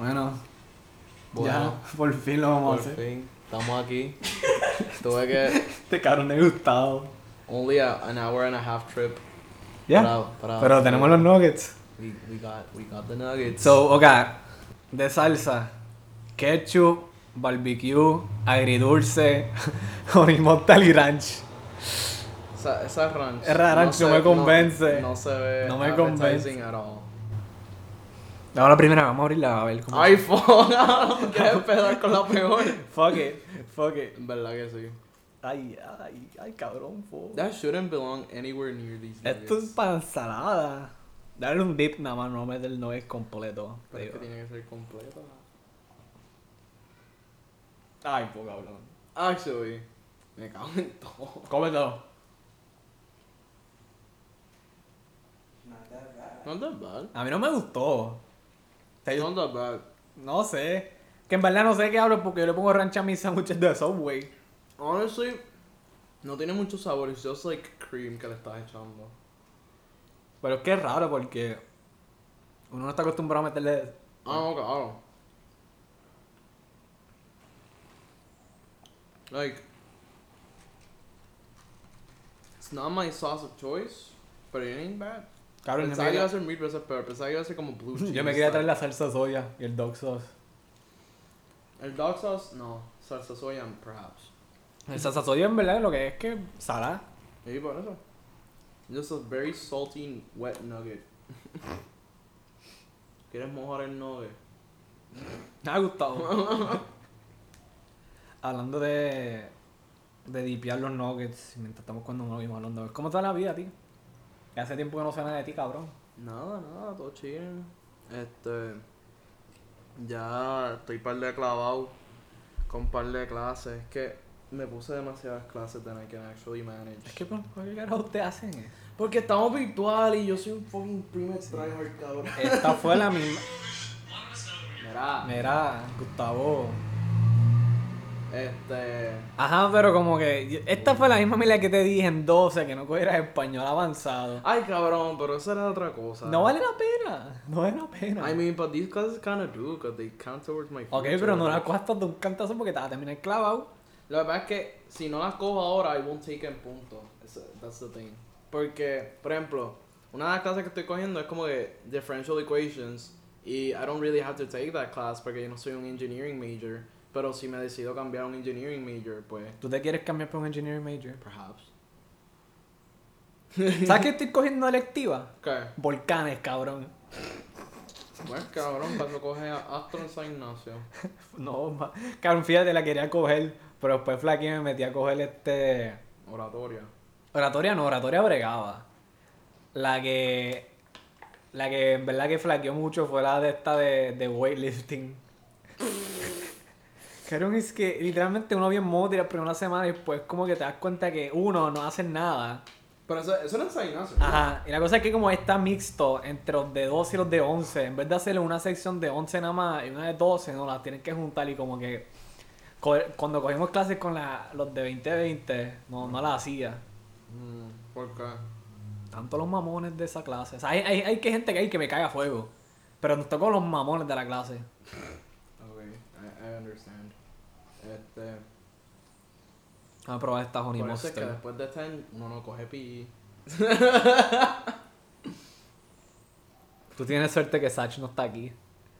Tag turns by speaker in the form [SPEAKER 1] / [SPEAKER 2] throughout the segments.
[SPEAKER 1] Bueno,
[SPEAKER 2] Bueno,
[SPEAKER 1] ya, por fin lo vamos
[SPEAKER 2] por
[SPEAKER 1] a hacer.
[SPEAKER 2] fin, estamos aquí. Tuve que
[SPEAKER 1] Este cabrón de Gustavo.
[SPEAKER 2] only an hour and a half trip
[SPEAKER 1] Ya,
[SPEAKER 2] para
[SPEAKER 1] pero tenemos los nuggets.
[SPEAKER 2] we got the nuggets.
[SPEAKER 1] So, ok, de salsa, ketchup, barbecue, agridulce, honey mustard y ranch.
[SPEAKER 2] Esa ranch
[SPEAKER 1] Esa ranch no me convence.
[SPEAKER 2] no se ve
[SPEAKER 1] No me
[SPEAKER 2] appetizing
[SPEAKER 1] convence.
[SPEAKER 2] at all.
[SPEAKER 1] Vamos a la primera, vamos a abrirla a ver cómo.
[SPEAKER 2] iPhone, no quieres empezar con la peor.
[SPEAKER 1] Fuck it, fuck it.
[SPEAKER 2] En verdad que sí.
[SPEAKER 1] Ay, cabrón, fuck.
[SPEAKER 2] That shouldn't belong anywhere near these nuggets.
[SPEAKER 1] Esto es para ensalada. Dale un dip nada más, no meter el nugget completo.
[SPEAKER 2] Pero es que
[SPEAKER 1] Digo.
[SPEAKER 2] tiene que ser completo.
[SPEAKER 1] Ay, po cabrón.
[SPEAKER 2] Actually, me cago en todo.
[SPEAKER 1] Cómetelo.
[SPEAKER 2] Not that bad.
[SPEAKER 1] A mí no me gustó. O sea, yo
[SPEAKER 2] Not that bad.
[SPEAKER 1] no sé. Que en verdad no sé qué hablo porque yo le pongo ranch a mis sándwiches de Subway.
[SPEAKER 2] Honestly, no tiene mucho sabor, it's just like cream que le estás echando.
[SPEAKER 1] Pero es que es raro porque uno no está acostumbrado a meterle.
[SPEAKER 2] Ah, no, claro. Like, it's not my sauce of choice, but it ain't bad.
[SPEAKER 1] Cabrón,
[SPEAKER 2] Pensaba que iba a ser mil veces peor, pensaba que iba a ser como blue cheese.
[SPEAKER 1] yo me quería traer la salsa soya y el dog sauce.
[SPEAKER 2] El dog sauce, no. Salsa soya, perhaps.
[SPEAKER 1] El salsa soya en verdad lo que es que salada.
[SPEAKER 2] Maybe por eso. Just a very salty, wet nugget. ¿Quieres mojar el nugget?
[SPEAKER 1] Me ha gustado. Hablando de dipear los nuggets mientras estamos cuando no vimos hablando. ¿Cómo está la vida, tío? Que hace tiempo que no sé nada de ti, cabrón.
[SPEAKER 2] Nada, todo chill. Ya estoy par de clavado con par de clases. Es que me puse demasiadas clases that I can actually manage.
[SPEAKER 1] Es que, ¿por qué carajo ustedes hacen eso?
[SPEAKER 2] Porque estamos virtual y yo soy un fucking primer tryhard, cabrón.
[SPEAKER 1] Esta fue la misma.
[SPEAKER 2] Mira,
[SPEAKER 1] Mira, Gustavo.
[SPEAKER 2] este...
[SPEAKER 1] Ajá, pero como que. Esta fue la misma mila que te dije en 12 que no cogieras español avanzado.
[SPEAKER 2] Ay, cabrón, pero eso era otra cosa.
[SPEAKER 1] No vale la pena. No vale la pena.
[SPEAKER 2] I mean, but these classes kind of do, because they count towards my
[SPEAKER 1] Ok,
[SPEAKER 2] future.
[SPEAKER 1] pero no la cojas de un cantazo porque te vas a terminar clavado.
[SPEAKER 2] Lo que pasa es que si no las cojo ahora, I won't take en punto. That's the thing. Porque, por ejemplo, una de las clases que estoy cogiendo es como que differential equations. Y I don't really have to take that class porque yo no soy un engineering major. Pero si me decido cambiar a un engineering major, pues,
[SPEAKER 1] ¿Tú te quieres cambiar por un engineering major?
[SPEAKER 2] perhaps.
[SPEAKER 1] ¿Sabes qué estoy cogiendo electiva?
[SPEAKER 2] ¿Qué?
[SPEAKER 1] Volcanes, cabrón.
[SPEAKER 2] Pues cabrón, para eso coge Astro en San Ignacio.
[SPEAKER 1] No, cabrón, fíjate, la quería coger. Pero después flaquí me metí a coger
[SPEAKER 2] Oratoria.
[SPEAKER 1] Oratoria no, oratoria bregaba. La que en verdad que flaqueó mucho fue la de esta de weightlifting. Cabrón, es que literalmente uno bien modo tirar por una semana y después como que te das cuenta que uno no hace nada.
[SPEAKER 2] Pero eso no es San Ignacio.
[SPEAKER 1] Ajá, y la cosa es que como está mixto entre los de 12 y los de 11, en vez de hacerle una sección de 11 nada más y una de 12, no, las tienen que juntar y como que cuando cogimos clases con los de 2020, no la hacía.
[SPEAKER 2] ¿Por qué?
[SPEAKER 1] Tanto los mamones de esa clase. O sea, hay que gente que hay que me cae a fuego. Pero nos tocó los mamones de la clase.
[SPEAKER 2] Ok, I understand.
[SPEAKER 1] Vamos a probar esta Honey
[SPEAKER 2] Por eso es que
[SPEAKER 1] Mustard.
[SPEAKER 2] después de 10 uno no coge PE.
[SPEAKER 1] Tú tienes suerte que Sach no está aquí.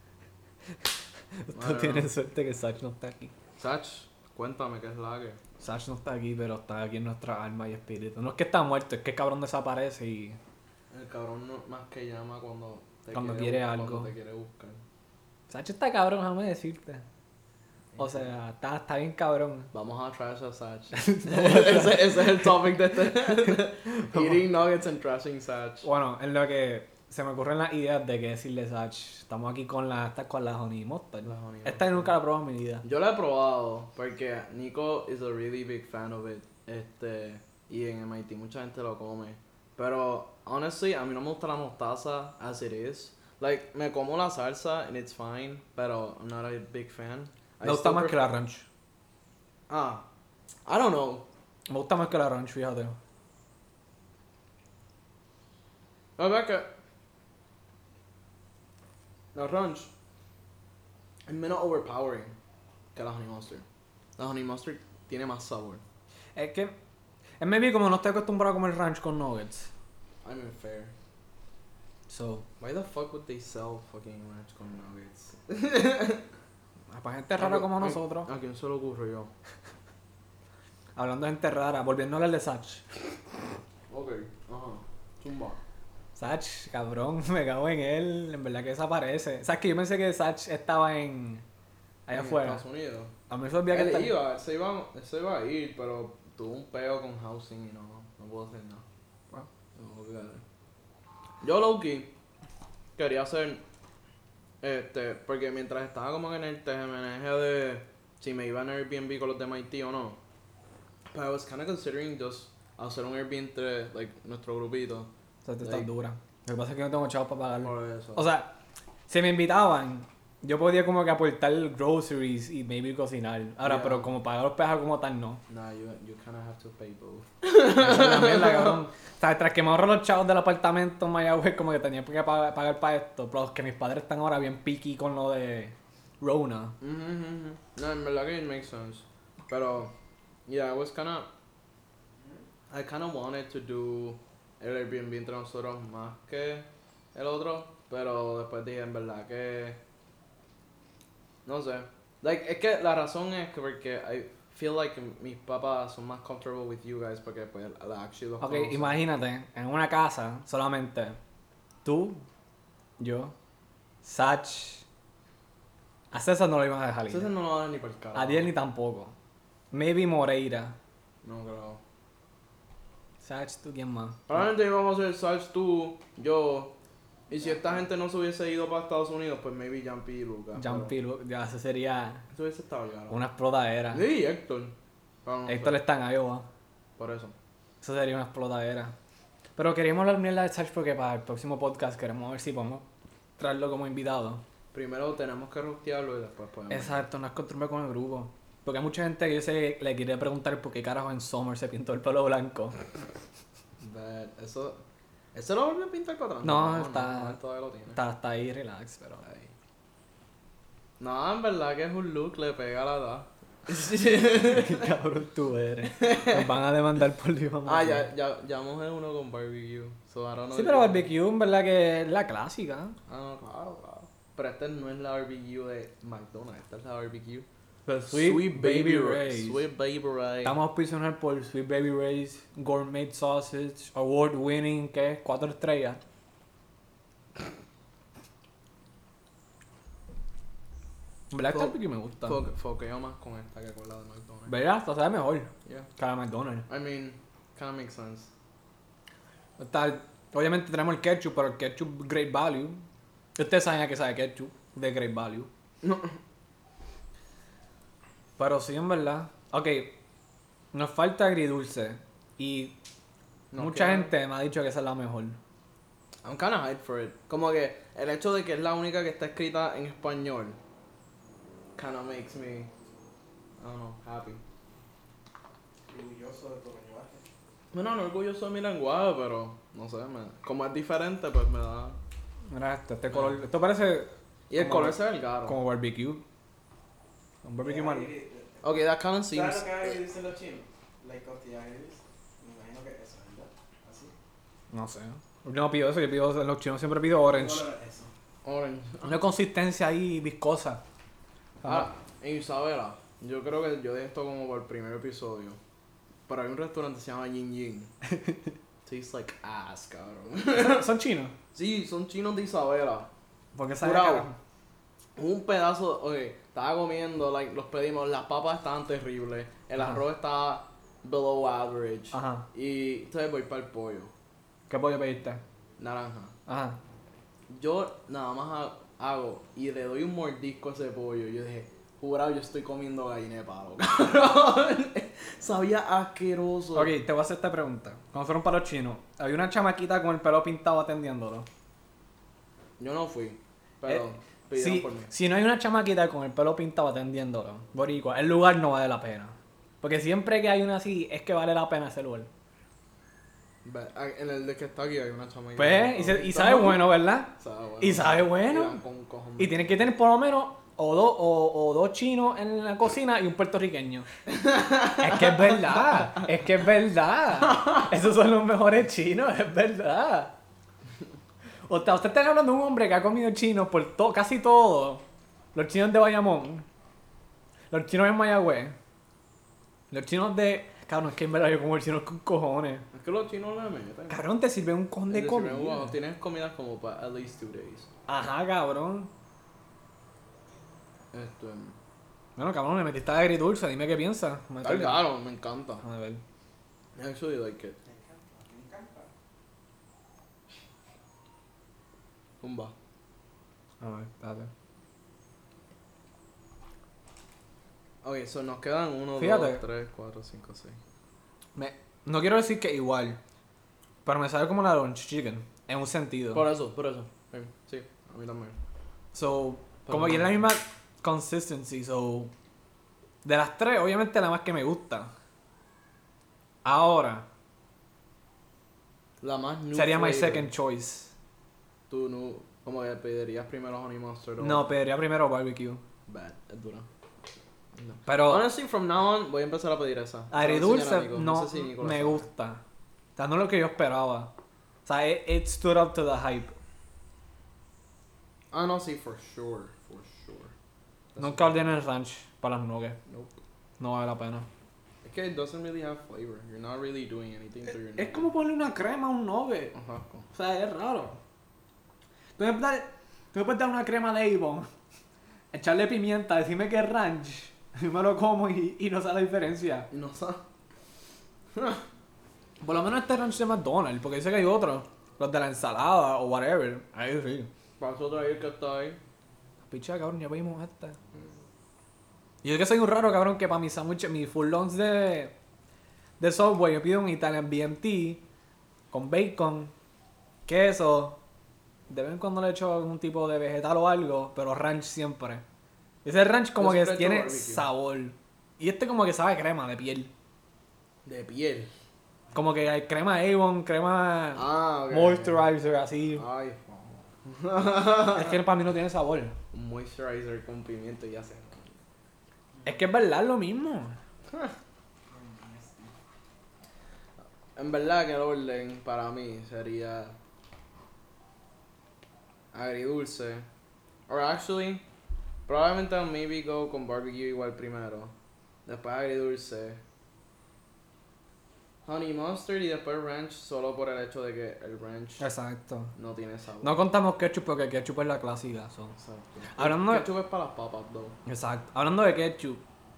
[SPEAKER 1] Tú
[SPEAKER 2] Bueno.
[SPEAKER 1] tienes suerte que Sach no está aquí.
[SPEAKER 2] Sach, cuéntame qué es la que.
[SPEAKER 1] Sach no está aquí, pero está aquí en nuestra alma y espíritu. No es que está muerto, es que el cabrón desaparece y...
[SPEAKER 2] El cabrón no, más que llama cuando
[SPEAKER 1] Cuando quiere algo.
[SPEAKER 2] Cuando te quiere buscar.
[SPEAKER 1] Sach está cabrón, déjame decirte. O sea, está bien cabrón.
[SPEAKER 2] Vamos a trash a Sach. ese es el topic de este. Eating nuggets and trashing Sach.
[SPEAKER 1] Bueno, en lo que se me ocurren las ideas de qué decirle Sach. Estamos aquí con la Honey Mustard.
[SPEAKER 2] La Honey
[SPEAKER 1] Esta yo nunca la he probado en mi vida.
[SPEAKER 2] Yo la he probado porque Nico is a really big fan of it. Y en MIT mucha gente lo come. Pero, honestly, a mí no me gusta la mostaza as it is. Like, me como la salsa and it's fine, pero I'm not a big fan.
[SPEAKER 1] Me gusta más que la ranch.
[SPEAKER 2] Ah, I don't know.
[SPEAKER 1] Me gusta más que la ranch, fíjate.
[SPEAKER 2] La verdad que... La ranch es menos overpowering que la Honey Mustard. La Honey Mustard tiene más sabor.
[SPEAKER 1] Es que, es maybe como no estoy acostumbrado a comer ranch con nuggets.
[SPEAKER 2] I mean, fair.
[SPEAKER 1] So,
[SPEAKER 2] Why the fuck would they sell fucking ranch con nuggets?
[SPEAKER 1] para gente rara como
[SPEAKER 2] ¿A
[SPEAKER 1] nosotros.
[SPEAKER 2] quién se le ocurrió?
[SPEAKER 1] Hablando de gente rara, volviendo a hablar de Sach.
[SPEAKER 2] Ok, ajá. Zumba.
[SPEAKER 1] Sach, cabrón, me cago en él. En verdad que desaparece. ¿Sabes que yo pensé que Sach estaba allá
[SPEAKER 2] En
[SPEAKER 1] afuera?
[SPEAKER 2] Estados Unidos.
[SPEAKER 1] A mí se olvidó que
[SPEAKER 2] Él
[SPEAKER 1] está.
[SPEAKER 2] él se iba a ir, pero tuvo un peo con housing y no pudo hacer nada.
[SPEAKER 1] Bueno.
[SPEAKER 2] Yo, Loki, quería hacer, porque mientras estaba como en el TMNG de si me iba a Airbnb con los de MIT o no, but I was kind of considering just hacer un Airbnb entre, like, nuestro grupito.
[SPEAKER 1] O sea, te
[SPEAKER 2] Like,
[SPEAKER 1] estás dura. Lo que pasa es que no tengo chavos para pagarlo.
[SPEAKER 2] Por eso.
[SPEAKER 1] O sea, si me invitaban, yo podía como que aportar groceries y maybe cocinar. Ahora,
[SPEAKER 2] Yeah.
[SPEAKER 1] pero como pagar los peajes como tal, no.
[SPEAKER 2] Nah, you kind of have to pay both.
[SPEAKER 1] Esa es la mierda, cabrón. O sea, tras que me ahorro los chavos del apartamento en Mayagüez, como que tenía que pagar para esto. Pero es que mis padres están ahora bien picky con lo de Rona.
[SPEAKER 2] No, en verdad que it makes sense. Pero, yeah, I kind of wanted to do el Airbnb entre nosotros más que el otro, pero después dije en verdad que, no sé. Like, es que la razón es que porque I feel like mis papás son más comfortable with you guys porque pues actually los
[SPEAKER 1] Ok,
[SPEAKER 2] conocen.
[SPEAKER 1] imagínate, en una casa solamente tú, yo, Sach. A César no lo iban a dejar
[SPEAKER 2] Entonces
[SPEAKER 1] ir.
[SPEAKER 2] no lo dan ni por el carajo.
[SPEAKER 1] A Diel ni tampoco. Maybe Moreira.
[SPEAKER 2] No creo.
[SPEAKER 1] Sach, ¿tú quién más?
[SPEAKER 2] Probablemente íbamos a hacer Sars, tú, yo. Y si esta gente no se hubiese ido para Estados Unidos, pues maybe Jumpy y Lucas.
[SPEAKER 1] Jean Pilo, ya eso sería
[SPEAKER 2] Eso hubiese estado claro.
[SPEAKER 1] una explotadera.
[SPEAKER 2] Sí, Héctor. Pero no
[SPEAKER 1] Héctor
[SPEAKER 2] sé,
[SPEAKER 1] está en Iowa.
[SPEAKER 2] por eso.
[SPEAKER 1] Eso sería una explotadera. Pero queríamos hablar mierda de Sach porque para el próximo podcast queremos ver si podemos traerlo como invitado.
[SPEAKER 2] Primero tenemos que rostearlo y después podemos.
[SPEAKER 1] Exacto, no es costumbre con el grupo. Porque hay mucha gente que yo sé le quiere preguntar por qué carajo en Summer se pintó el pelo blanco.
[SPEAKER 2] ¿Eso lo volvió a pintar para atrás?
[SPEAKER 1] No, está-
[SPEAKER 2] él todavía lo tiene.
[SPEAKER 1] Está ahí, relax, pero...
[SPEAKER 2] Ahí. No, en verdad que es un look, le pega a la edad.
[SPEAKER 1] Qué cabrón tú eres. Nos van a demandar por difamación.
[SPEAKER 2] ya mojé uno con barbecue. So, I don't know
[SPEAKER 1] Sí,
[SPEAKER 2] if
[SPEAKER 1] pero
[SPEAKER 2] you-
[SPEAKER 1] barbecue en verdad que es la clásica.
[SPEAKER 2] Ah, no, claro. Pero esta no es la barbecue de McDonald's, esta es la barbecue.
[SPEAKER 1] Sweet Baby Ray's.
[SPEAKER 2] Sweet Baby Ray.
[SPEAKER 1] Estamos auspiciados por Sweet Baby Ray's Gourmet Sausage, Award Winning, ¿qué? 4 estrellas. En verdad este barbecue me gusta.
[SPEAKER 2] Foqueo más con esta que con la de McDonald's.
[SPEAKER 1] ¿Verdad? Esta sabe mejor
[SPEAKER 2] Yeah.
[SPEAKER 1] que la de McDonald's.
[SPEAKER 2] I mean, kinda makes sense.
[SPEAKER 1] Obviamente tenemos el ketchup, pero el ketchup Great Value. Ustedes saben a qué sabe ketchup de Great Value.
[SPEAKER 2] No.
[SPEAKER 1] Pero sí, en verdad. Ok, nos falta agridulce. Y
[SPEAKER 2] No
[SPEAKER 1] mucha
[SPEAKER 2] queda-
[SPEAKER 1] gente me ha dicho que esa es la mejor.
[SPEAKER 2] I'm kinda hyped for it. Como que el hecho de que es la única que está escrita en español kinda makes me, I don't know, happy.
[SPEAKER 3] Orgulloso de tu lenguaje.
[SPEAKER 2] Bueno, no orgulloso de mi lenguaje, pero no sé, como es diferente, pues me da.
[SPEAKER 1] Mira este color. Esto parece
[SPEAKER 2] Y el
[SPEAKER 1] Como-
[SPEAKER 2] color se ve el caro.
[SPEAKER 1] como barbecue. Un barbecue mal.
[SPEAKER 2] Ok, that kinda
[SPEAKER 3] ¿Sabes
[SPEAKER 2] seems.
[SPEAKER 3] lo que dicen los chinos? Like costilla iris. Me imagino que eso, ¿verdad? Así.
[SPEAKER 1] No sé. Yo no pido eso, yo pido, los chinos siempre pido orange.
[SPEAKER 3] ¿Qué color es eso?
[SPEAKER 2] Orange.
[SPEAKER 1] Una consistencia ahí viscosa.
[SPEAKER 2] Ah, Isabela, yo creo que yo dije esto como por el primer episodio. Pero hay un restaurante que se llama Yin Yin. Tastes like ass, cabrón.
[SPEAKER 1] ¿Son chinos?
[SPEAKER 2] Sí, son chinos de Isabela.
[SPEAKER 1] Porque sabe
[SPEAKER 2] Jurado.
[SPEAKER 1] carajo.
[SPEAKER 2] Un pedazo, estaba comiendo, like, los pedimos, las papas estaban terribles, el
[SPEAKER 1] Ajá.
[SPEAKER 2] arroz estaba below average.
[SPEAKER 1] Ajá.
[SPEAKER 2] Y entonces voy para el pollo.
[SPEAKER 1] ¿Qué pollo pediste?
[SPEAKER 2] Naranja.
[SPEAKER 1] Ajá.
[SPEAKER 2] Yo nada más hago y le doy un mordisco a ese pollo. Yo dije, jurado, yo estoy comiendo gallina de palo, cabrón. Sabía asqueroso.
[SPEAKER 1] Ok, te voy a hacer esta pregunta. Cuando fueron para los chinos, había una chamaquita con el pelo pintado atendiéndolo.
[SPEAKER 2] Yo no fui, pero pidieron
[SPEAKER 1] Si,
[SPEAKER 2] por mí.
[SPEAKER 1] si no hay una chamaquita con el pelo pintado atendiéndolo, boricua, el lugar no vale la pena. Porque siempre que hay una así, es que vale la pena ese lugar.
[SPEAKER 2] En el de que está aquí hay una chamaquita.
[SPEAKER 1] Pues, y sabe bueno, ¿verdad?
[SPEAKER 2] Sabe bueno.
[SPEAKER 1] Y sabe bueno.
[SPEAKER 2] dan con un cojón.
[SPEAKER 1] Y tienes que tener por lo menos o dos chinos en la cocina y un puertorriqueño. Es que es verdad. Es que es verdad. Esos son los mejores chinos, es verdad. Usted está hablando de un hombre que ha comido chinos por casi todo. Los chinos de Bayamón. Los chinos en Mayagüez. Los chinos de... Cabrón, es que en verdad yo como el chino con cojones.
[SPEAKER 2] Es que los chinos le meten.
[SPEAKER 1] Cabrón, te sirve un con de
[SPEAKER 2] Es decir,
[SPEAKER 1] comida.
[SPEAKER 2] wow, tienes comida como para at least 2 days.
[SPEAKER 1] Ajá, cabrón.
[SPEAKER 2] Esto
[SPEAKER 1] Bueno, cabrón, me metiste agridulce. Dime qué piensas.
[SPEAKER 2] está caro, me encanta.
[SPEAKER 1] A ver.
[SPEAKER 2] I actually like it.
[SPEAKER 3] Me encanta.
[SPEAKER 2] Zumba.
[SPEAKER 1] A ver, espérate.
[SPEAKER 2] Ok, so nos quedan 1,
[SPEAKER 1] Fíjate.
[SPEAKER 2] 2, 3, 4, 5, 6.
[SPEAKER 1] No quiero decir que igual. Pero me sabe como la lunch chicken. En un sentido.
[SPEAKER 2] Por eso. Sí, a mí también.
[SPEAKER 1] So,
[SPEAKER 2] Pero
[SPEAKER 1] como que es
[SPEAKER 2] no.
[SPEAKER 1] la misma consistency. So, de las tres, obviamente la más que me gusta. Ahora,
[SPEAKER 2] La más new
[SPEAKER 1] sería my
[SPEAKER 2] flavor.
[SPEAKER 1] second choice.
[SPEAKER 2] Tú no, como que pedirías primero Honey Mustard o...
[SPEAKER 1] No, pediría primero barbecue.
[SPEAKER 2] Bad, es dura. No.
[SPEAKER 1] Pero
[SPEAKER 2] Honestly, from now on, voy a empezar a pedir esa.
[SPEAKER 1] agridulce
[SPEAKER 2] Se lo voy a enseñar a Nico.
[SPEAKER 1] no
[SPEAKER 2] sé si Nico lo
[SPEAKER 1] me
[SPEAKER 2] sabe.
[SPEAKER 1] gusta. O sea, no es lo que yo esperaba. O sea, it stood up to the hype.
[SPEAKER 2] Ah, no, sí, for sure.
[SPEAKER 1] Nunca ordenen el ranch para las nuggets.
[SPEAKER 2] Nope.
[SPEAKER 1] No vale la pena.
[SPEAKER 2] Es que it doesn't really have flavor. You're not really doing anything to your
[SPEAKER 1] Es
[SPEAKER 2] nugget.
[SPEAKER 1] como ponerle una crema a un nugget.
[SPEAKER 2] Ajá.
[SPEAKER 1] O sea, es raro. Tú me puedes dar una crema de Avon, echarle pimienta, decirme que es ranch, y me lo como y no sé la diferencia.
[SPEAKER 2] Y no sabe.
[SPEAKER 1] Por lo menos este ranch de McDonald's, porque dice que hay otros. Los de la ensalada o whatever. Ahí sí.
[SPEAKER 2] Pasó otra vez que está ahí.
[SPEAKER 1] Picha, cabrón, ya pedimos esta. Y yo que soy un raro, cabrón, que para mis sándwiches, mis full longs de Subway, yo pido un Italian BMT con bacon, queso. De vez en cuando le echo algún tipo de vegetal o algo, pero ranch siempre. Ese ranch como
[SPEAKER 2] Yo
[SPEAKER 1] que
[SPEAKER 2] siempre
[SPEAKER 1] tiene
[SPEAKER 2] echo barbecue.
[SPEAKER 1] sabor. Y este como que sabe a crema de piel.
[SPEAKER 2] De piel.
[SPEAKER 1] Como que hay crema Avon, crema
[SPEAKER 2] Ah, ok.
[SPEAKER 1] moisturizer, así.
[SPEAKER 2] Ay,
[SPEAKER 1] Es que para mí no tiene sabor.
[SPEAKER 2] un moisturizer con pimiento y ya sé.
[SPEAKER 1] Es que es verdad lo mismo.
[SPEAKER 2] En verdad que el orden para mí sería agridulce. Or actually, probablemente I'll maybe go con barbecue igual primero. Después agridulce. Honey mustard y después ranch solo por el hecho de que el ranch
[SPEAKER 1] Exacto.
[SPEAKER 2] no tiene sabor.
[SPEAKER 1] No contamos ketchup porque ketchup es la clásica. so.
[SPEAKER 2] Exacto.
[SPEAKER 1] Hablando
[SPEAKER 2] El
[SPEAKER 1] de-
[SPEAKER 2] ketchup es para las papas, though.
[SPEAKER 1] Exacto. Hablando de ketchup,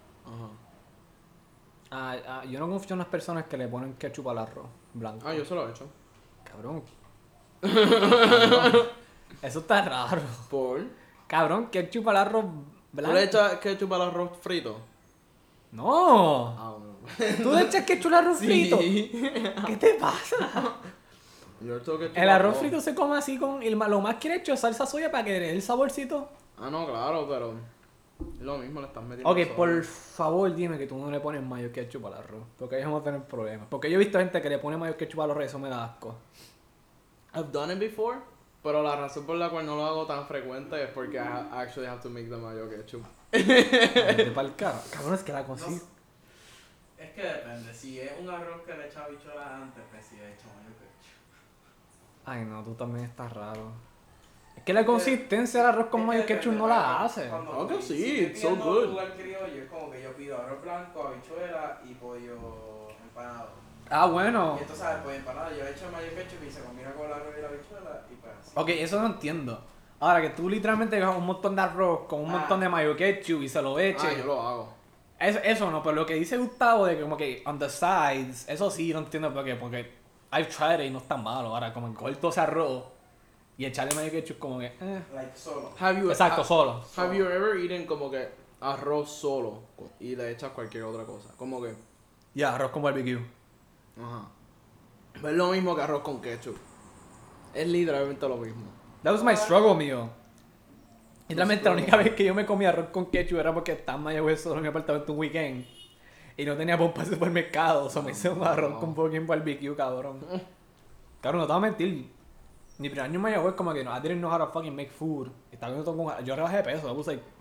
[SPEAKER 2] Ajá.
[SPEAKER 1] yo no confío en las personas que le ponen ketchup al arroz blanco.
[SPEAKER 2] Ah, yo se lo he hecho.
[SPEAKER 1] Cabrón. Cabrón. Eso está raro.
[SPEAKER 2] ¿Por?
[SPEAKER 1] Cabrón, ketchup al arroz
[SPEAKER 2] ¿Tú
[SPEAKER 1] blanco.
[SPEAKER 2] le echas ketchup al arroz frito?
[SPEAKER 1] No.
[SPEAKER 2] Ah, bueno.
[SPEAKER 1] ¿Tú le echas ketchup al arroz frito? ¿Qué te pasa?
[SPEAKER 2] Yo le echo ketchup
[SPEAKER 1] El
[SPEAKER 2] a
[SPEAKER 1] arroz
[SPEAKER 2] todo.
[SPEAKER 1] frito se come así con... Lo más que le echo es salsa soya para que le dé el saborcito.
[SPEAKER 2] Ah, no, claro, pero es lo mismo, le estás metiendo
[SPEAKER 1] Ok,
[SPEAKER 2] sal.
[SPEAKER 1] por favor dime que tú no le pones mayo ketchup al arroz. Porque ahí vamos a tener problemas. Porque yo he visto gente que le pone mayo ketchup al arroz y eso me da asco.
[SPEAKER 2] I've done it before, pero la razón por la cual no lo hago tan frecuente es porque I actually have to make the mayo ketchup.
[SPEAKER 1] Vete pa'l cara. Cabrón, es que la consigo.
[SPEAKER 3] Es que depende. Si es un arroz que le echa habichuelas antes, pues sí he hecho mayo ketchup.
[SPEAKER 1] Ay, no, tú también estás raro. Es que la consistencia del arroz con
[SPEAKER 3] Es
[SPEAKER 1] mayo
[SPEAKER 3] que
[SPEAKER 1] ketchup
[SPEAKER 3] depende,
[SPEAKER 1] no la
[SPEAKER 3] porque
[SPEAKER 1] hace.
[SPEAKER 3] cuando
[SPEAKER 2] Claro que
[SPEAKER 3] voy-
[SPEAKER 2] sí,
[SPEAKER 3] si
[SPEAKER 2] it's so
[SPEAKER 3] estoy pidiendo
[SPEAKER 2] good.
[SPEAKER 3] un lugar criollo, es como que yo pido arroz blanco, habichuela y pollo empanado.
[SPEAKER 1] Ah, bueno.
[SPEAKER 3] Y entonces el pollo empanado yo he hecho mayo ketchup y se combina con el arroz y la habichuela y pues así.
[SPEAKER 1] Ok, eso no entiendo. Ahora que tú literalmente coges un montón de arroz con un montón de mayo ketchup y se lo eches.
[SPEAKER 2] Ah, yo lo hago.
[SPEAKER 1] Eso no, pero lo que dice Gustavo de que como que on the sides, eso sí no entiendo por qué, porque I've tried it y no está malo. Ahora como que coger todo ese arroz y echarle mayo ketchup como que...
[SPEAKER 3] Like solo.
[SPEAKER 1] Exacto, solo.
[SPEAKER 2] Have you ever eaten como que arroz solo y le echas cualquier otra cosa? Como que,
[SPEAKER 1] Ya, arroz con barbecue.
[SPEAKER 2] ajá. Es lo mismo que arroz con ketchup. Es literalmente lo mismo.
[SPEAKER 1] That was my struggle, mío. Literalmente la
[SPEAKER 2] struggle.
[SPEAKER 1] única vez que yo me comí arroz con ketchup era porque estaba en Mayagüez solo en mi apartamento un weekend. Y no tenía pompa de supermercado, o sea, me hice un arroz con fucking barbecue, cabrón. Cabrón, no te voy a mentir. Mi primer año en Mayagüez como que no, I didn't know how to fucking make food. Y estaba comiendo todo con... Yo rebajé de peso, I was like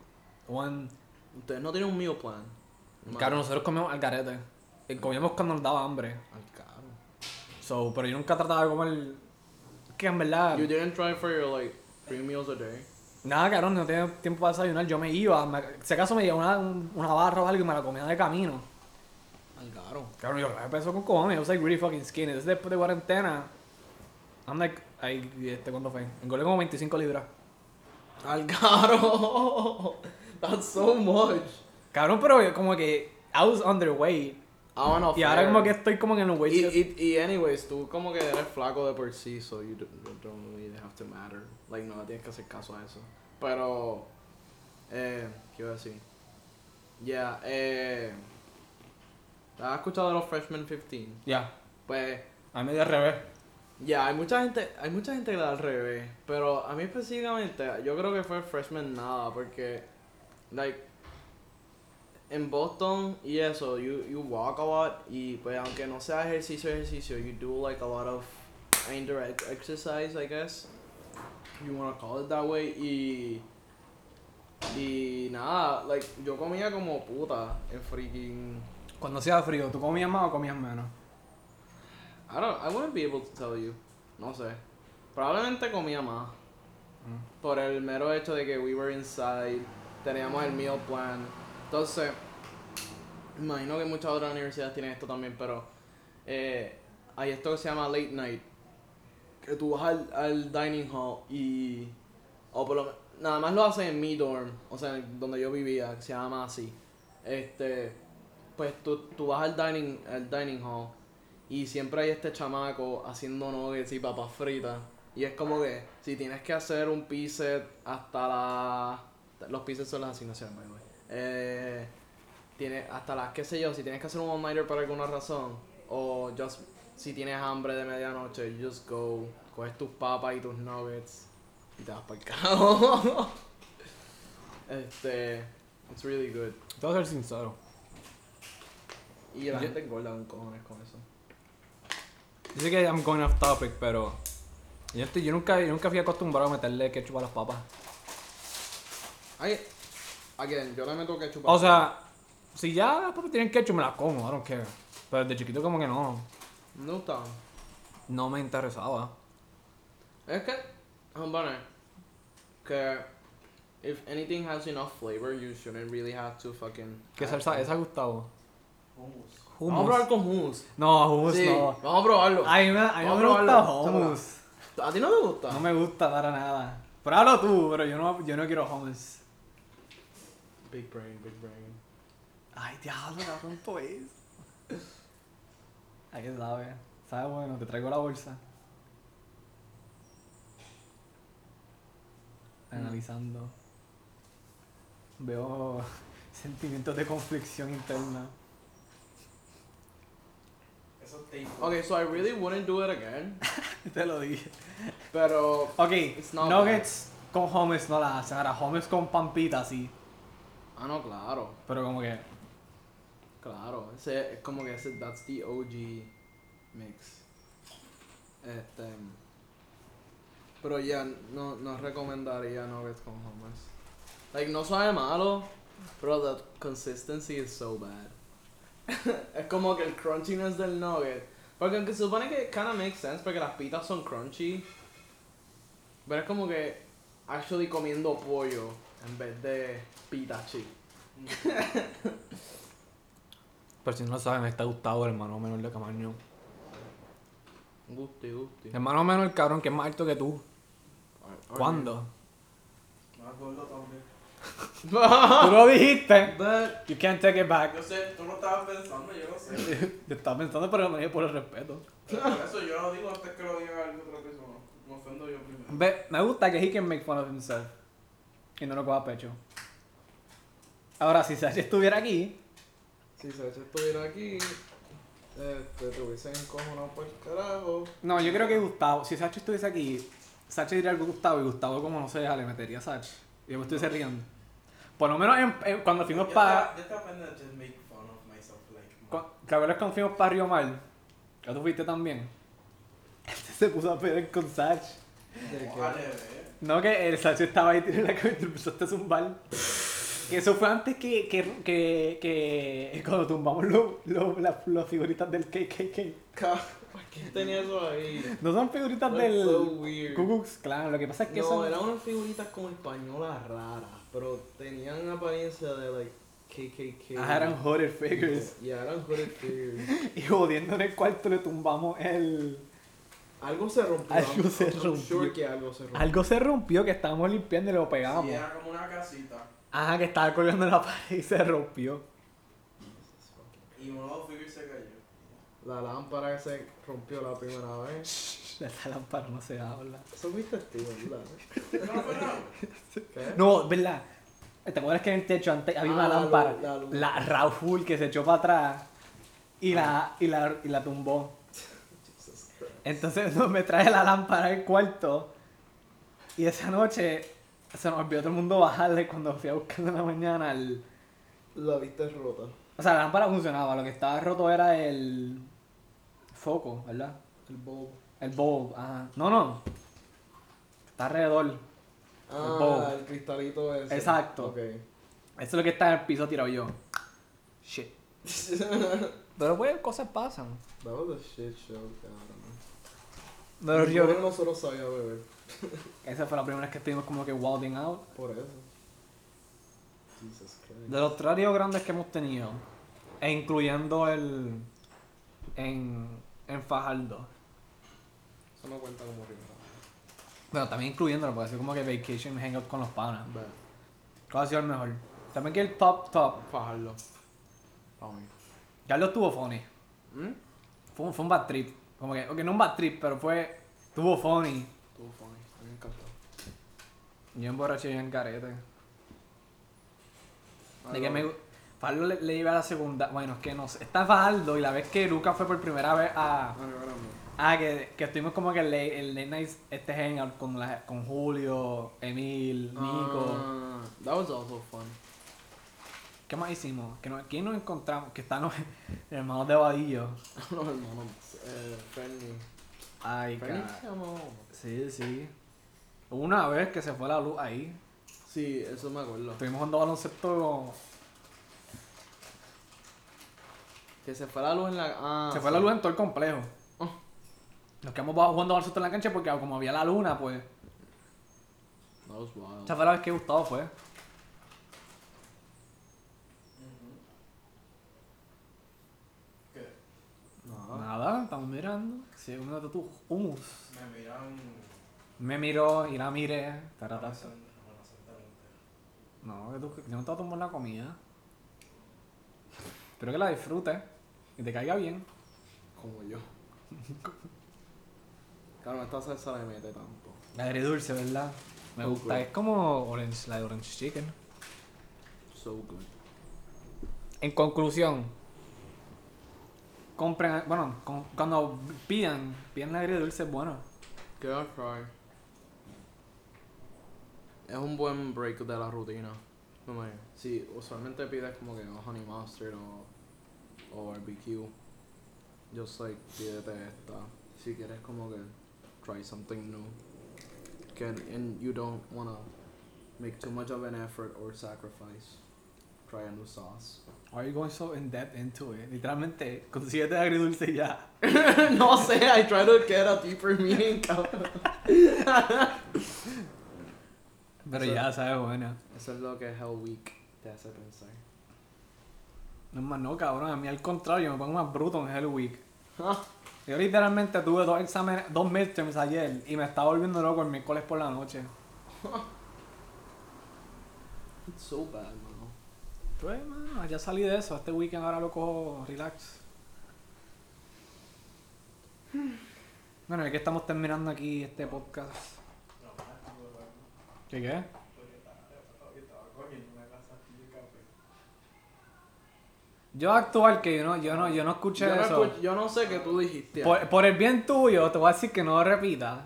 [SPEAKER 2] Ustedes no tienen un meal plan.
[SPEAKER 1] Claro, nosotros comíamos al garete. Comíamos cuando nos daba hambre.
[SPEAKER 2] Al caro.
[SPEAKER 1] So, pero yo nunca trataba de comer. Que en verdad.
[SPEAKER 2] You didn't try for your like 3 meals a day.
[SPEAKER 1] Nada, cabrón, no tenía tiempo para desayunar. Yo me iba. Si acaso me llevaba una barra o algo y me la comía de camino.
[SPEAKER 2] Al caro.
[SPEAKER 1] Cabrón, yo me pesó con cojones. I was like really fucking skinny. Después de cuarentena. I'm like. ¿Cuándo fue? Engordé como 25 libras.
[SPEAKER 2] Al caro. That's so much.
[SPEAKER 1] Cabrón, pero como que. I was underweight.
[SPEAKER 2] No,
[SPEAKER 1] Y ahora como que estoy como en el weight.
[SPEAKER 2] Y anyways, tú como que eres flaco de por sí, so you don't really have to matter. Like, no tienes que hacer caso a eso. Pero, ¿qué iba a decir? Yeah, ¿has escuchado de los Freshman 15?
[SPEAKER 1] Ya.
[SPEAKER 2] Pues,
[SPEAKER 1] A mí de al revés.
[SPEAKER 2] ya, hay mucha gente que le da al revés. Pero a mí específicamente, yo creo que fue Freshman nada, porque, like, en Boston y eso, you walk a lot y pues aunque no sea ejercicio, you do like a lot of indirect exercise, I guess. You wanna call it that way. Y nada, like yo comía como puta en freaking...
[SPEAKER 1] Cuando hacía frío, ¿tú comías más o comías menos?
[SPEAKER 2] I wouldn't be able to tell you. No sé. Probablemente comía más. Por el mero hecho de que we were inside, teníamos el meal plan. Entonces, imagino que muchas otras universidades tienen esto también, pero hay esto que se llama late night, que tú vas al dining hall y, o por lo nada más lo hacen en mi dorm, o sea, donde yo vivía, que se llama así. Pues tú vas al dining hall y siempre hay este chamaco haciendo nuggets y papas fritas. Y es como que si tienes que hacer un piece hasta los pieces son las asignaciones, by the way. Tienes hasta las, qué sé yo, si tienes que hacer un all-nighter por alguna razón, o just si tienes hambre de medianoche, you just go, coges tus papas y tus nuggets y te vas para el carajo. It's really good.
[SPEAKER 1] Te voy a ser sincero.
[SPEAKER 2] Y la gente engorda con cojones con eso.
[SPEAKER 1] Yo sé que I'm going off topic, pero yo nunca fui acostumbrado a meterle ketchup a las papas.
[SPEAKER 2] Again, yo le meto ketchup.
[SPEAKER 1] O sea, si ya las papas tienen ketchup me las como, I don't care. Pero desde chiquito como que no.
[SPEAKER 2] No está.
[SPEAKER 1] No me interesaba.
[SPEAKER 2] Es que, hombre, que if anything has enough flavor, you shouldn't really have to fucking...
[SPEAKER 1] ¿Qué salsa esa, Gustavo?
[SPEAKER 3] Hummus.
[SPEAKER 2] Vamos a probar con hummus.
[SPEAKER 1] No, hummus
[SPEAKER 2] Sí,
[SPEAKER 1] no.
[SPEAKER 2] vamos a probarlo.
[SPEAKER 1] A mí no
[SPEAKER 2] Vamos a
[SPEAKER 1] me
[SPEAKER 2] probarlo.
[SPEAKER 1] gusta hummus.
[SPEAKER 2] ¿A ti no te gusta?
[SPEAKER 1] No me gusta para nada. Pruébalo tú, pero yo no quiero hummus.
[SPEAKER 2] Big brain, big brain.
[SPEAKER 1] Ay, diablo, qué pronto es. Ay, qué sabe. Sabe bueno, te traigo la bolsa. Analizando. Veo sentimientos de conflicción interna.
[SPEAKER 3] Eso es tape.
[SPEAKER 2] Okay, so I really wouldn't do it again.
[SPEAKER 1] Te lo dije.
[SPEAKER 2] Pero...
[SPEAKER 1] Ok,
[SPEAKER 2] It's not
[SPEAKER 1] nuggets con hummus no la hacen. Ahora hummus con pampita sí.
[SPEAKER 2] Ah, no, claro.
[SPEAKER 1] Pero como que...
[SPEAKER 2] Claro. Es como que that's the OG mix. Pero ya, no recomendaría nuggets con hummus. Like, no sabe malo, pero the consistency is so bad. Es como que el crunchiness del nugget. Porque aunque se supone que kinda makes sense porque las pitas son crunchy. Pero es como que actually comiendo pollo en vez de pita chip.
[SPEAKER 1] Pero si no lo saben, me está Gustavo, el hermano menor de Camaño.
[SPEAKER 2] Gusti.
[SPEAKER 1] El hermano menor, cabrón, que es más alto que tú. ¿Cuándo?
[SPEAKER 3] Más gordo también.
[SPEAKER 1] Tú lo dijiste.
[SPEAKER 2] But,
[SPEAKER 1] You can't take it back.
[SPEAKER 3] Yo sé, tú lo estabas pensando, yo lo sé.
[SPEAKER 1] Yo estaba pensando, pero me dije por el respeto.
[SPEAKER 3] Pero por eso yo lo digo antes que lo diga alguna otra persona. Me ofendo yo primero.
[SPEAKER 1] Me gusta que he can make fun of himself. Y no lo coja a pecho. Ahora, si Sachi estuviera aquí...
[SPEAKER 2] si Sacha estuviera aquí, te hubiesen encojonado por el carajo.
[SPEAKER 1] No, yo creo que Gustavo... Si Sachi estuviese aquí, Sachi diría algo a Gustavo y Gustavo, como no sé, le metería a Sachi. Y yo me estuviese riendo. Por lo menos cuando fuimos para...
[SPEAKER 3] Yo estaba aprendiendo a just make fun of myself, like...
[SPEAKER 1] ¿Te acuerdas cuando fuimos para Río Mar? ¿Ya tú fuiste también? Este se puso a pelear con
[SPEAKER 2] ¿De
[SPEAKER 3] Vale, ve.
[SPEAKER 1] No, que el Sachi estaba ahí tirando la cabeza y te empezaste a zumbar. Que eso fue antes que cuando tumbamos las figuritas del KKK.
[SPEAKER 2] ¿Por qué tenía eso ahí?
[SPEAKER 1] No son figuritas
[SPEAKER 2] That's
[SPEAKER 1] del
[SPEAKER 2] so weird.
[SPEAKER 1] Ku Klux Klan, lo que pasa es que
[SPEAKER 2] No,
[SPEAKER 1] son...
[SPEAKER 2] eran unas figuritas como españolas raras, pero tenían apariencia de like KKK.
[SPEAKER 1] Ah, eran hooded figures.
[SPEAKER 2] Yeah, eran hooded figures.
[SPEAKER 1] Y jodiendo en el cuarto le tumbamos el...
[SPEAKER 2] Algo se rompió.
[SPEAKER 1] Algo se
[SPEAKER 2] I'm
[SPEAKER 1] rompió.
[SPEAKER 2] sure que algo se rompió.
[SPEAKER 1] Algo se rompió que estábamos limpiando y lo pegamos.
[SPEAKER 3] Sí, era como una casita.
[SPEAKER 1] Ajá, que estaba colgando en la pared y se rompió.
[SPEAKER 3] Y uno de los figures se cayó.
[SPEAKER 2] La lámpara se rompió la primera vez.
[SPEAKER 1] Esa lámpara no se habla.
[SPEAKER 2] Eso fuiste tú, ¿verdad?
[SPEAKER 3] No, pero.
[SPEAKER 2] ¿Qué?
[SPEAKER 1] No, ¿verdad? ¿Te acuerdas que en el techo antes había una
[SPEAKER 2] Ah,
[SPEAKER 1] lámpara?
[SPEAKER 2] la luz.
[SPEAKER 1] La Raúl que se echó para atrás y la tumbó.
[SPEAKER 2] Jesus Christ.
[SPEAKER 1] Entonces me trae la lámpara al cuarto y esa noche se nos olvidó todo el mundo bajarle cuando fui a buscarla en la mañana.
[SPEAKER 2] La viste rota.
[SPEAKER 1] O sea, la lámpara funcionaba, lo que estaba roto era el foco, ¿verdad?
[SPEAKER 2] El bulb.
[SPEAKER 1] El bulb, ajá. No. Está alrededor. bulb.
[SPEAKER 2] El cristalito ese.
[SPEAKER 1] Exacto.
[SPEAKER 2] Ok.
[SPEAKER 1] Eso es lo que está en el piso tirado yo. Shit. Pero pues cosas pasan.
[SPEAKER 2] That was a shit show, cabrón.
[SPEAKER 1] Pero yo
[SPEAKER 2] Ninguno de nosotros sabía beber.
[SPEAKER 1] esa fue la primera vez que estuvimos como que wilding out.
[SPEAKER 2] Por eso. Jesus Christ.
[SPEAKER 1] De los trarios grandes que hemos tenido, e incluyendo el en Fajardo.
[SPEAKER 2] Eso no cuenta como primera.
[SPEAKER 1] Bueno, también incluyéndolo, porque así como que vacation hangout con los panas.
[SPEAKER 2] Ve.
[SPEAKER 1] ¿Cuál ha sido el mejor? También que el top.
[SPEAKER 2] Fajarlo. Pa' mí.
[SPEAKER 1] Carlos tuvo funny. Fue un bad trip. Como que, ok, no un bad trip, pero tuvo funny.
[SPEAKER 2] Estuvo funny. A mí me encantó.
[SPEAKER 1] Yo emborraché bien carete. De que Fajardo le iba a la segunda. Bueno, es que no sé. Está Fajardo y la vez que Lucas fue por primera vez que estuvimos como que el late night hangout con Julio, Emil, Nico.
[SPEAKER 2] That was also fun.
[SPEAKER 1] ¿Qué más hicimos? ¿Quién nos encontramos? Que están los hermanos de Vadillo.
[SPEAKER 2] No, hermano. Fernie.
[SPEAKER 1] Ay,
[SPEAKER 2] Fernie
[SPEAKER 1] cara.
[SPEAKER 2] se llamó.
[SPEAKER 1] Sí. Hubo una vez que se fue la luz ahí.
[SPEAKER 2] Sí, eso me acuerdo.
[SPEAKER 1] Estuvimos jugando baloncesto.
[SPEAKER 2] Que se fue la luz en la.
[SPEAKER 1] Se fue la luz en todo el complejo.
[SPEAKER 2] Oh.
[SPEAKER 1] Nos quedamos jugando baloncesto en la cancha porque como había la luna, pues.
[SPEAKER 2] That was wild.
[SPEAKER 1] Esa fue la vez que Gustavo fue.
[SPEAKER 3] ¿Qué?
[SPEAKER 2] No.
[SPEAKER 1] Nada, estamos mirando. Sí, uno de tus humus.
[SPEAKER 3] Me miran.
[SPEAKER 1] Me miró y la miré.
[SPEAKER 3] Me
[SPEAKER 1] Taratazo.
[SPEAKER 3] sentan entero.
[SPEAKER 1] No, que yo no te voy a tomar la comida. Espero que la disfrutes y te caiga bien.
[SPEAKER 2] Como yo. Claro, esta salsa le mete tanto.
[SPEAKER 1] La agridulce, ¿verdad? Me
[SPEAKER 2] Oh,
[SPEAKER 1] gusta.
[SPEAKER 2] good.
[SPEAKER 1] Es como la de orange chicken.
[SPEAKER 2] So good.
[SPEAKER 1] En conclusión, compren, bueno, cuando pidan la agridulce es bueno.
[SPEAKER 2] Give it a try. Es un buen break de la rutina. No me. Si usualmente pides como que honey mustard o barbecue, just like pídete esta. Si quieres como que try something new. And you don't wanna make too much of an effort or sacrifice. Try a new sauce.
[SPEAKER 1] Why are you going so in depth into it? Literalmente, consíguete agridulce y ya.
[SPEAKER 2] No sé, I try to get a deeper meaning, cabrón.
[SPEAKER 1] Pero
[SPEAKER 2] Eso-
[SPEAKER 1] ya, sabe buena.
[SPEAKER 2] Eso es lo que Hell Week te hace pensar.
[SPEAKER 1] No más no, cabrón, a mí al contrario, me pongo más bruto en Hell Week.
[SPEAKER 2] Ah,
[SPEAKER 1] Yo literalmente tuve 2 exámenes, 2 midterms ayer y me estaba volviendo loco el miércoles por la noche.
[SPEAKER 2] it's so bad, mano.
[SPEAKER 1] Pues, mano, ya salí de eso. Este weekend ahora lo cojo relax. Bueno, ya que estamos terminando aquí este podcast. ¿Qué qué?
[SPEAKER 3] Porque estaba cogiendo una clase aquí de café.
[SPEAKER 1] Yo actual que yo no escuché
[SPEAKER 2] Yo no,
[SPEAKER 1] eso.
[SPEAKER 2] yo no sé qué tú dijiste.
[SPEAKER 1] Por el bien tuyo, te voy a decir que no lo repitas.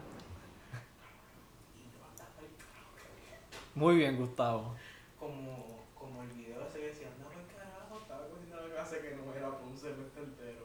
[SPEAKER 1] Muy bien, Gustavo.
[SPEAKER 3] Como el video ese que decía, no, pues carajo, estaba cogiendo una clase que no era por un semestre entero.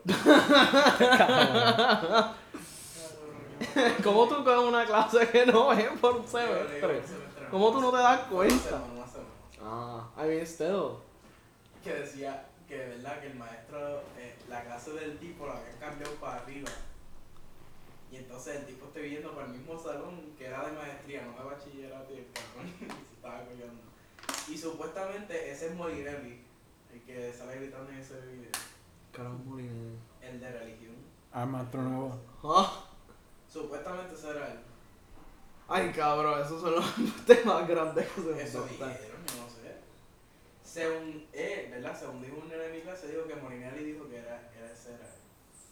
[SPEAKER 2] ¿Cómo tú coges una clase que no es por un semestre? ¿Cómo tú no te das cuenta?
[SPEAKER 3] Una semana.
[SPEAKER 2] I mean, mean, still.
[SPEAKER 3] Que decía que de verdad que el maestro, la clase del tipo la había cambiado para arriba. Y entonces el tipo está viviendo para el mismo salón que era de maestría, no de bachillerato, y el cabrón se estaba colgando. Y supuestamente ese es Molinelli, el que sale gritando en ese video.
[SPEAKER 2] Carajo, Molinelli.
[SPEAKER 3] El de religión.
[SPEAKER 1] Ah, maestro nuevo.
[SPEAKER 2] Ah.
[SPEAKER 3] Supuestamente ese era él.
[SPEAKER 2] Ay, cabrón, esos son los embustes más grandes que se
[SPEAKER 3] Eso
[SPEAKER 2] inventan.
[SPEAKER 3] dijeron, yo no sé. Según él, ¿verdad? Según dijo un nene de mi clase, dijo que Molinelli dijo que era ese era él.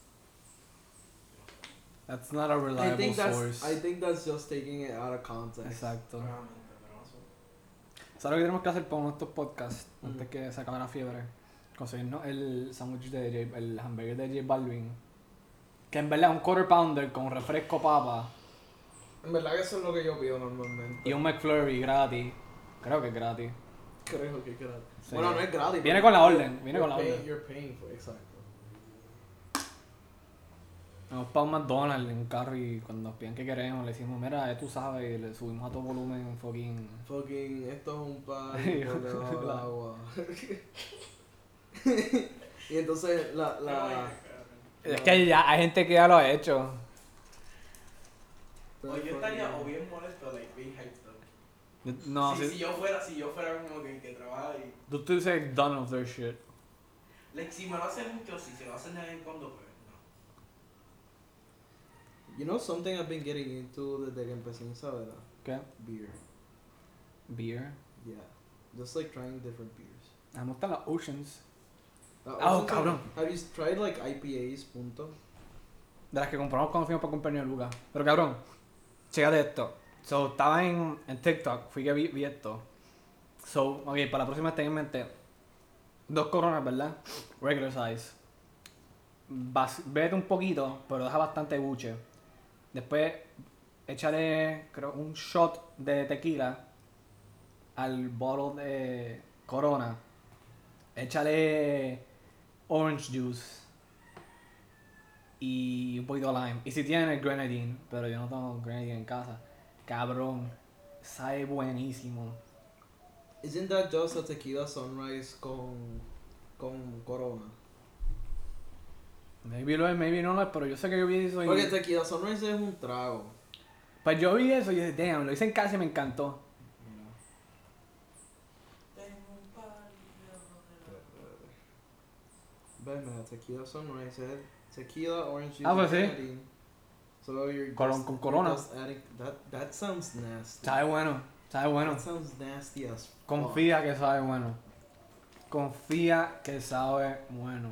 [SPEAKER 1] That's not a reliable source.
[SPEAKER 2] I think that's just taking it out of context.
[SPEAKER 1] Exacto.
[SPEAKER 3] Probablemente, pero no sé.
[SPEAKER 1] ¿Sabes lo que tenemos que hacer para nuestros podcasts antes que se acabe la fiebre? Conseguirnos el sándwich el hamburger de J Balvin. Que en verdad es un quarter pounder con refresco papa
[SPEAKER 2] En verdad que eso es lo que yo pido normalmente.
[SPEAKER 1] y un McFlurry gratis. Creo que es gratis.
[SPEAKER 2] Creo que es gratis.
[SPEAKER 1] Sí.
[SPEAKER 2] Bueno, no es gratis.
[SPEAKER 1] Viene
[SPEAKER 2] pero
[SPEAKER 1] con la orden, viene con la
[SPEAKER 2] you're
[SPEAKER 1] orden.
[SPEAKER 2] You're paying for it, exacto.
[SPEAKER 1] Vamos para un McDonald's en un carro y cuando nos piden que queremos le decimos, mira, tú sabes, y le subimos a todo volumen
[SPEAKER 2] Fucking, esto es un party por debajo del agua. Y entonces
[SPEAKER 1] Es que ya hay gente que ya lo ha hecho.
[SPEAKER 3] O yo estaría o bien molesto, like, being hyped up.
[SPEAKER 1] No,
[SPEAKER 3] si yo fuera como que el que trabaja y...
[SPEAKER 1] tú dices done of their shit.
[SPEAKER 3] Like, si me lo hacen mucho, si se lo hacen de vez en cuando, pues no.
[SPEAKER 2] You know something I've been getting into desde que empecé en Isabela?
[SPEAKER 1] ¿Qué?
[SPEAKER 2] Beer.
[SPEAKER 1] Beer.
[SPEAKER 2] Yeah. Just like trying different beers.
[SPEAKER 1] A mí me gustan las Oceans.
[SPEAKER 2] Also,
[SPEAKER 1] cabrón.
[SPEAKER 2] Have you tried like IPAs, punto?
[SPEAKER 1] De las que compramos cuando fuimos para cumpleaños de Lucas. Pero cabrón, chécate esto. So, estaba en TikTok, fui que vi esto. So, ok, para la próxima ten en mente 2 coronas, ¿verdad? Regular size. Bébete un poquito, pero deja bastante buche. Después, échale, creo, un shot de tequila al bottle de corona. Échale orange juice y un poquito de lime. Y si tienes grenadine, pero yo no tengo grenadine en casa. Cabrón, sabe buenísimo.
[SPEAKER 2] Isn't that just a tequila sunrise con corona?
[SPEAKER 1] Maybe lo es, maybe no lo es, pero yo sé que yo vi eso y...
[SPEAKER 2] Porque tequila sunrise es un trago.
[SPEAKER 1] Pues yo vi eso y dije, damn, lo hice en casa y me encantó.
[SPEAKER 3] Tengo un par
[SPEAKER 2] Ven, mira, tequila sunrise es tequila, orange juice,
[SPEAKER 1] Ah, pues sí.
[SPEAKER 2] grenadine. So you're
[SPEAKER 1] Con
[SPEAKER 2] just,
[SPEAKER 1] corona.
[SPEAKER 2] you're just adding, that sounds nasty.
[SPEAKER 1] Sabe bueno, sabe bueno.
[SPEAKER 2] That sounds nasty as fuck.
[SPEAKER 1] Confía que sabe bueno. Confía que sabe bueno.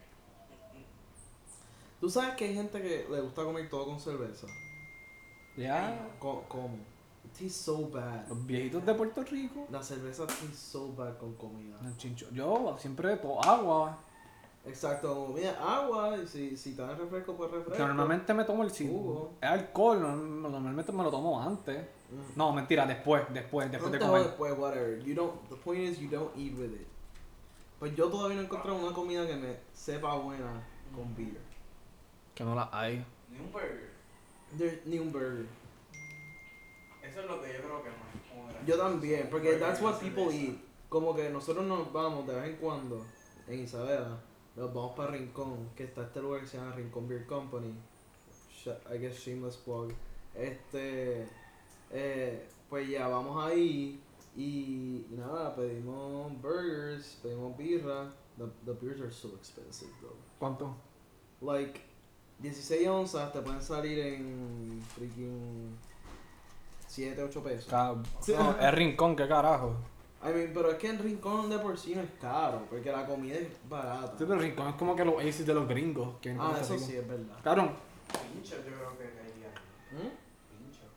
[SPEAKER 2] ¿Tú sabes que hay gente que le gusta comer todo con cerveza?
[SPEAKER 1] Ya,
[SPEAKER 2] ¿Cómo? It tastes so bad.
[SPEAKER 1] los viejitos de Puerto Rico.
[SPEAKER 2] La cerveza tastes so bad con comida.
[SPEAKER 1] El chincho. Yo siempre tomo agua.
[SPEAKER 2] Exacto, mira, agua, y si te dan refresco, pues refresco.
[SPEAKER 1] Que normalmente me tomo el
[SPEAKER 2] Jugo.
[SPEAKER 1] es alcohol, normalmente me lo tomo antes.
[SPEAKER 2] Mm.
[SPEAKER 1] No, mentira, después de
[SPEAKER 2] Antes
[SPEAKER 1] comer.
[SPEAKER 2] o después, whatever. The point is you don't eat with it. Pues yo todavía no he encontrado una comida que me sepa buena con beer.
[SPEAKER 1] Que no la hay.
[SPEAKER 3] Ni un burger.
[SPEAKER 2] Ni un burger.
[SPEAKER 3] Eso es lo que yo creo que más. Como era.
[SPEAKER 2] Yo también, porque
[SPEAKER 3] Burger
[SPEAKER 2] that's
[SPEAKER 3] y
[SPEAKER 2] what people
[SPEAKER 3] cerveza.
[SPEAKER 2] eat. Como que nosotros nos vamos de vez en cuando en Isabela, nos vamos para Rincón, que está este lugar que se llama Rincón Beer Company. I guess shameless plug. Pues ya vamos ahí y nada, pedimos burgers, pedimos birra. The beers are so expensive though.
[SPEAKER 1] ¿Cuánto?
[SPEAKER 2] Like 16 onzas te pueden salir en freaking 7, 8 pesos.
[SPEAKER 1] No, es rincón, qué carajo.
[SPEAKER 2] I mean, pero es que en Rincón de por sí no es caro, porque la comida es barata.
[SPEAKER 1] Sí, pero el rincón es como que los aces de los gringos. Que vienen
[SPEAKER 2] Ah,
[SPEAKER 1] con
[SPEAKER 2] eso
[SPEAKER 1] Puerto
[SPEAKER 2] sí
[SPEAKER 1] Rico.
[SPEAKER 2] es verdad.
[SPEAKER 1] Cabrón,
[SPEAKER 3] Pincho, yo creo que caería.
[SPEAKER 2] ¿Mm?
[SPEAKER 3] Pincho.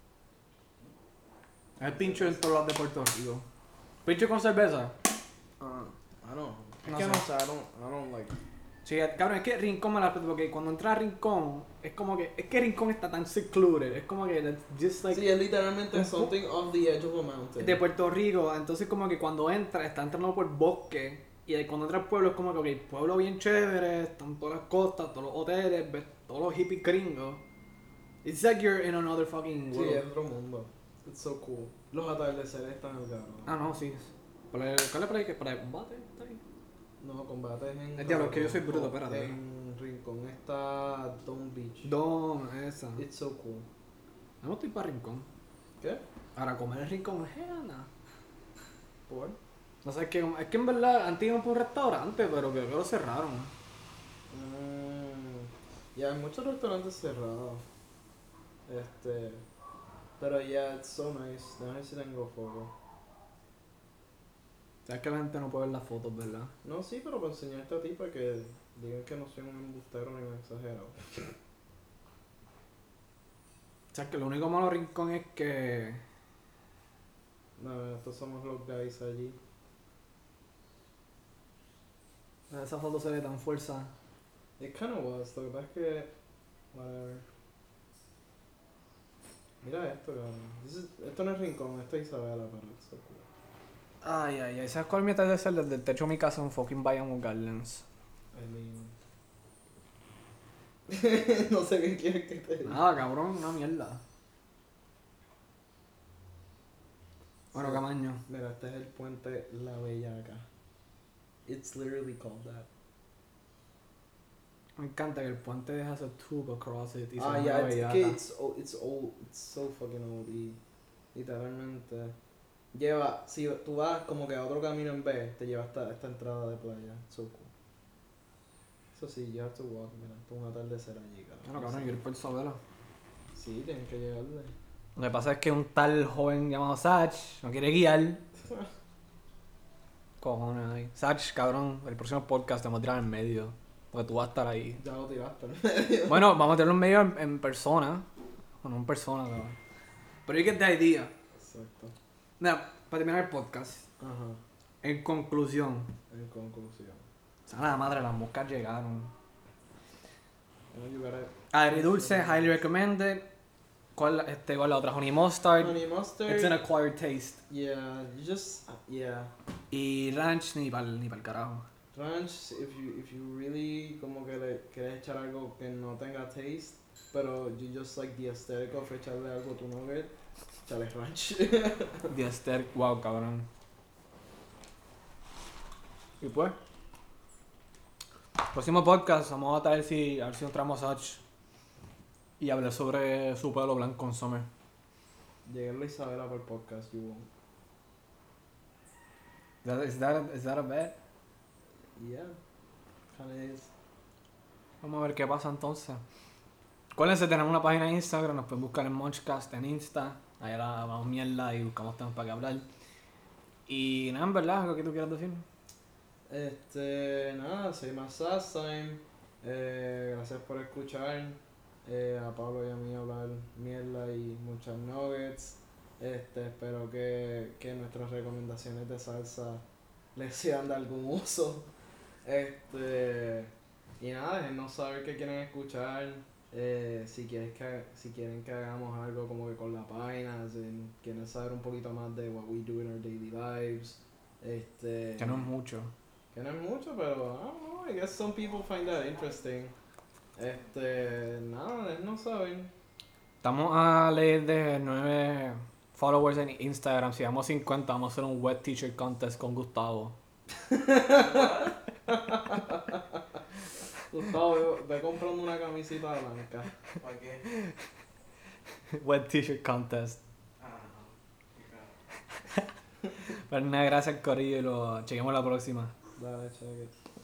[SPEAKER 1] el pincho en todos lados de Puerto Rico. Pincho con cerveza.
[SPEAKER 2] I don't. Es
[SPEAKER 1] No
[SPEAKER 2] que
[SPEAKER 1] sé.
[SPEAKER 2] no sé, I don't like.
[SPEAKER 1] Sí, cabrón, es que Rincón me la porque cuando entras a Rincón, es como que Rincón está tan secluded, es como que that's just like
[SPEAKER 2] Sí, es literalmente
[SPEAKER 1] un
[SPEAKER 2] something off the edge of a mountain.
[SPEAKER 1] de Puerto Rico, entonces como que cuando entras, está entrando por bosque, y ahí cuando entras al pueblo es como que, ok, pueblo bien chévere, están todas las costas, todos los hoteles, ves todos los hippies gringos. It's like you're in another fucking
[SPEAKER 2] Sí,
[SPEAKER 1] world.
[SPEAKER 2] es otro mundo. It's so cool. Los atardeceres están al garo.
[SPEAKER 1] Ah, no, sí. ¿Cuál es la play que para el combate? Está ahí.
[SPEAKER 2] No, combate es en...
[SPEAKER 1] El diablo, es que yo soy bruto, espérate.
[SPEAKER 2] En Rincón está Don Beach.
[SPEAKER 1] Don, esa.
[SPEAKER 2] It's so cool.
[SPEAKER 1] No estoy para Rincón.
[SPEAKER 2] ¿Qué?
[SPEAKER 1] Ahora comer en Rincón es gana.
[SPEAKER 2] ¿Por?
[SPEAKER 1] No sé, es que en verdad antes íbamos por un restaurante, pero creo que lo cerraron.
[SPEAKER 2] Ya, hay muchos restaurantes cerrados. Pero ya, it's so nice. Déjame ver si tengo fotos.
[SPEAKER 1] Sabes que la gente no puede ver las fotos, ¿verdad?
[SPEAKER 2] No, sí, pero para enseñarte a ti para que digan que no soy un embustero ni un exagerado.
[SPEAKER 1] Sabes que lo único malo de Rincón es que...
[SPEAKER 2] No, estos somos los guys allí.
[SPEAKER 1] esa foto se ve tan fuerza.
[SPEAKER 2] It kinda was, lo que pasa es que... Whatever. Mira esto, cabrón. Esto no es Rincón, esto es Isabela, pero it's so cool.
[SPEAKER 1] Ay, ay, ay. ¿Sabes cuál mi de ser desde el techo de mi casa en fucking Bayamon Gardens?
[SPEAKER 2] I mean... no sé qué quieres que te diga.
[SPEAKER 1] Nada, cabrón, una mierda. Bueno,
[SPEAKER 2] Sí.
[SPEAKER 1] Camaño.
[SPEAKER 2] Mira, este es el puente La Bellaca. It's literally called that.
[SPEAKER 1] Me encanta que el puente deja su tube across it y se
[SPEAKER 2] Ah,
[SPEAKER 1] ve
[SPEAKER 2] ya,
[SPEAKER 1] una
[SPEAKER 2] es
[SPEAKER 1] bellaca.
[SPEAKER 2] que it's old, it's so fucking old y literalmente lleva, si tú vas como que a otro camino en B, te lleva hasta esta entrada de playa, so cool. Eso sí, you have to walk, mira, esto es un atardecer allí,
[SPEAKER 1] Bueno,
[SPEAKER 2] cabrón.
[SPEAKER 1] cabrón, yo ir por Isabela.
[SPEAKER 2] Sí, tienen que llegarle.
[SPEAKER 1] Lo que pasa es que un tal joven llamado Sach no quiere guiar. Cojones ahí. Sach, cabrón, el próximo podcast te vamos a tirar en medio. Porque tú vas a estar ahí.
[SPEAKER 2] Ya lo tiraste en medio.
[SPEAKER 1] Bueno, vamos a tirarlo en medio en persona. Bueno, en persona, cabrón. Pero you get the idea.
[SPEAKER 2] Exacto.
[SPEAKER 1] Mira, para terminar el podcast.
[SPEAKER 2] Ajá,
[SPEAKER 1] En conclusión.
[SPEAKER 2] en conclusión.
[SPEAKER 1] A la madre, las moscas llegaron.
[SPEAKER 2] You gotta...
[SPEAKER 1] Agridulce, highly recommended. ¿Cuál es la otra? Honey Mustard.
[SPEAKER 2] Honey mustard.
[SPEAKER 1] It's an acquired taste.
[SPEAKER 2] Yeah, you just, yeah.
[SPEAKER 1] Y ranch ni pa'l carajo.
[SPEAKER 2] Ranch, if you really como que le quieres echar algo que no tenga taste, pero you just like the aesthetic of echarle algo a tu nugget, echale ranch.
[SPEAKER 1] The aesthetic, wow, cabrón. Y pues, próximo podcast vamos a ver si entramos a Sach y hablar sobre su pelo blanco en summer.
[SPEAKER 2] Llegué a Isabela por podcast, you won't.
[SPEAKER 1] Is that a bet?
[SPEAKER 2] Yeah, kinda is.
[SPEAKER 1] Vamos a ver qué pasa entonces. Acuérdense, tenemos una página de Instagram, nos pueden buscar en Munchcast en Insta. Ahí la vamos mierda y buscamos temas para que hablar. Y nada, en verdad, algo que tú quieras decir.
[SPEAKER 2] Nada, soy más last time. Gracias por escuchar. A Pablo y a mí hablar mierda y muchas nuggets. Espero que nuestras recomendaciones de salsa les sean de algún uso. Y nada, déjennos saber qué quieren escuchar. Si quieren que hagamos algo como que con la página, si quieren saber un poquito más de what we do in our daily lives.
[SPEAKER 1] Que no es mucho.
[SPEAKER 2] Que no es mucho, pero I don't know, I guess some people find that interesting. Nada, no saben.
[SPEAKER 1] Estamos a leer de 9 followers en Instagram. Si damos 50, vamos a hacer un wet t-shirt contest con Gustavo.
[SPEAKER 2] Gustavo, ve comprando una camisita blanca.
[SPEAKER 3] ¿Para qué?
[SPEAKER 1] Wet t-shirt contest.
[SPEAKER 3] Ah, no. Qué caro.
[SPEAKER 1] Pero nada, gracias Corillo y lo chequemos la próxima.
[SPEAKER 2] Dale, check it.